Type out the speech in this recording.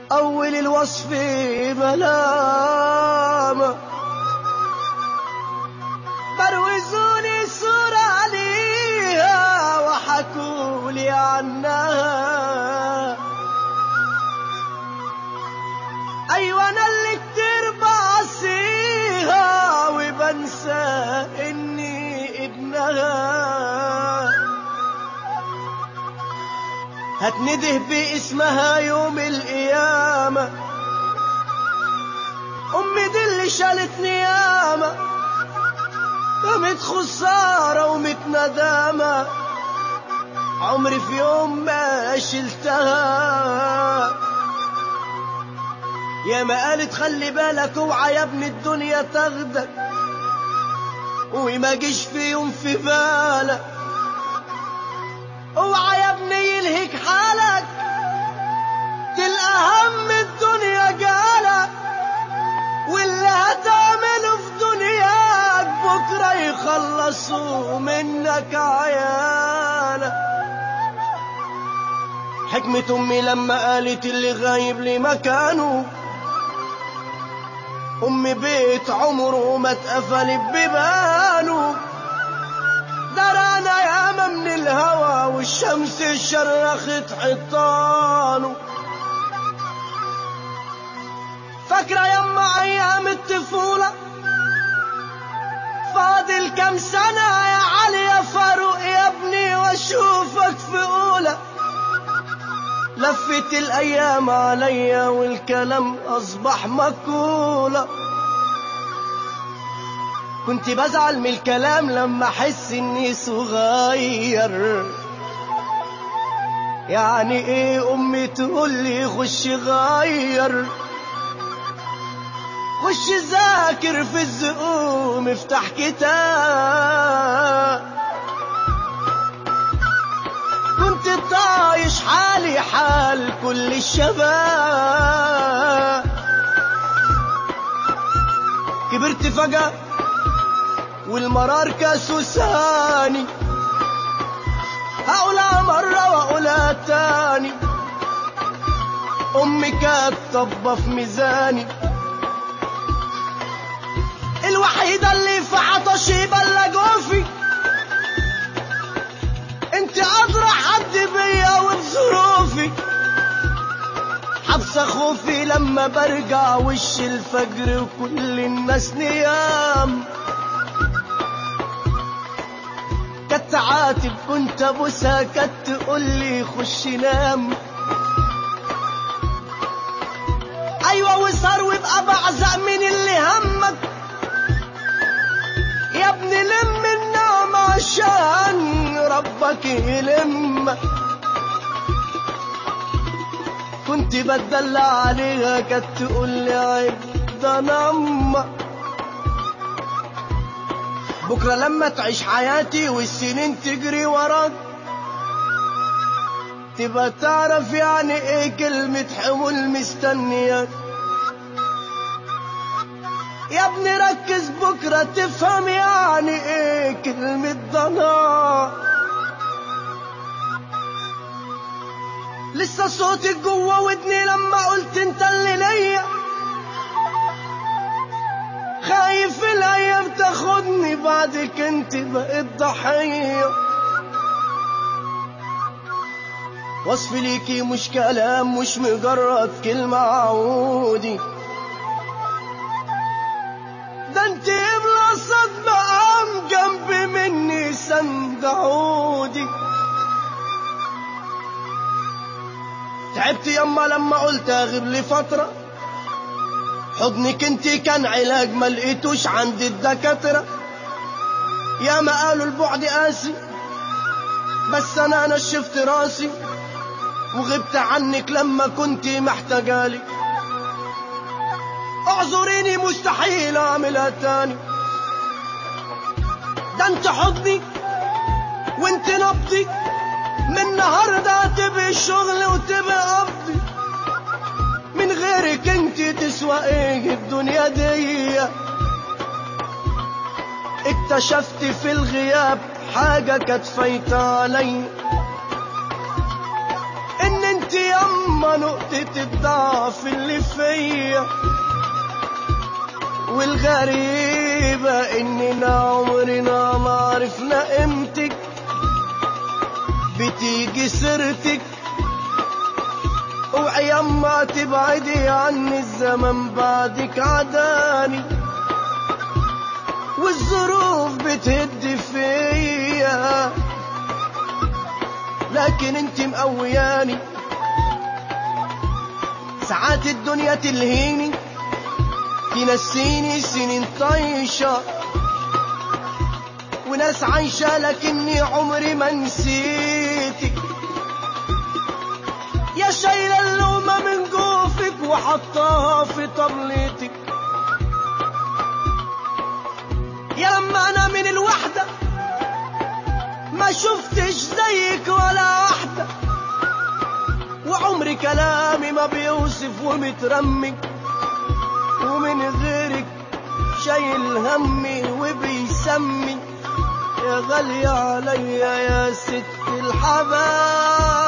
أول الوصف ملامة، بروزوني صورة عليها وحكولي عنها. أيوة أنا اللي كتير بعصيها وبنسى إني ابنها. هتنده باسمها يوم القيامة، أمي دي اللي شالتني ياما، قامت خسارة ومت ندامة، عمري في يوم ما شلتها. يا ما قالت خلي بالك اوعى يا ابن الدنيا تاخدك، وما جيش في يوم في بالك اوعى يا ابني يلهك حالك، تلقى هم الدنيا جالك، واللي هتعمله في دنياك بكرة يخلصوا منك عيالك. حكمة أمي لما قالت اللي غايب لي مكانه، أمي بيت عمره ما اتقفل ببانه، درانا ياما من الهوى والشمس شرخت حيطانه. فاكرة يما أيام الطفولة، فاضل كم سنة يا علي يا فاروق يا ابني واشوفك في أولى. لفت الأيام عليا والكلام أصبح مقولة، كنت بزعل من الكلام لما أحس إني صغير. يعني إيه أمي تقولي خش غير، خش ذاكر في الزقوم افتح كتاب. كنت طايش حالي حال كل الشباب، كبرت فجأة والمرار كاسوساني، هقولها مرة وأقولها تاني، أمي كانت طبة في ميزاني، الوحيدة اللي في عطشي بلى جوفي. انت أدرى حد بيا وبظروفي، حبسة خوفي لما برجع وش الفجر وكل الناس نيام. كنت عاتب كنت ابوسها كنت تقولي خش نام. ايوه وصار وابقى بعزق من اللي همك، يا ابني لم النوم عشان ربك يلمك. كنت بتدلع عليها كانت تقولي عيب ده انا امك. بكرة لما تعيش حياتي والسنين تجري وراك، تبقى تعرف يعني ايه كلمة حمول مستنياك. يا ابني ركز بكرة تفهم يعني ايه كلمة ضنا. لسه صوتك جوا ودني لما قلت انت اللي ليا، خايف الايام تاخدني بعدك انت بقيت ضحية. وصف ليكي مش كلام مش مجرد كلمة عودي، ده انت بلاصة مقام جنب مني سند عودي. تعبت يما لما قلت اغيب لي فترة، حضنك انت كان علاج ما لقيتوش عند الدكاترة. يا ما قالوا البعد قاسي بس انا نشفت راسي، وغبت عنك لما كنت محتاجالي. اعذريني مستحيل اعملها تاني، ده انت حضني وانت نبضي، من النهارده تبقي الشغل وتبقي قبضي. من غيرك انت تسوى ايه الدنيا دي. اكتشفت في الغياب حاجة كانت فايتة علي، ان انت انت يما نقطة الضعف اللي فيا، والغريبة اننا عمرنا ما عرفنا قيمتك، بتيجي سيرتك اوعي يما تبعدي عني، الزمن بعدك عداني والظروف بتهد فيا، لكن انت مقوياني. ساعات الدنيا تلهيني تنسيني سنين طايشة وناس عايشة، لكني عمري ما نسيتك. يا شايلة اللومة من جوفك وحطاها في طبلتك، يا لما انا من الوحدة ما شفتش زيك ولا واحدة، وعمري كلامي ما بيوصف ومترمي، ومن غيرك شايل همي وبيسمي، يا غالية عليا يا ست الحبايب.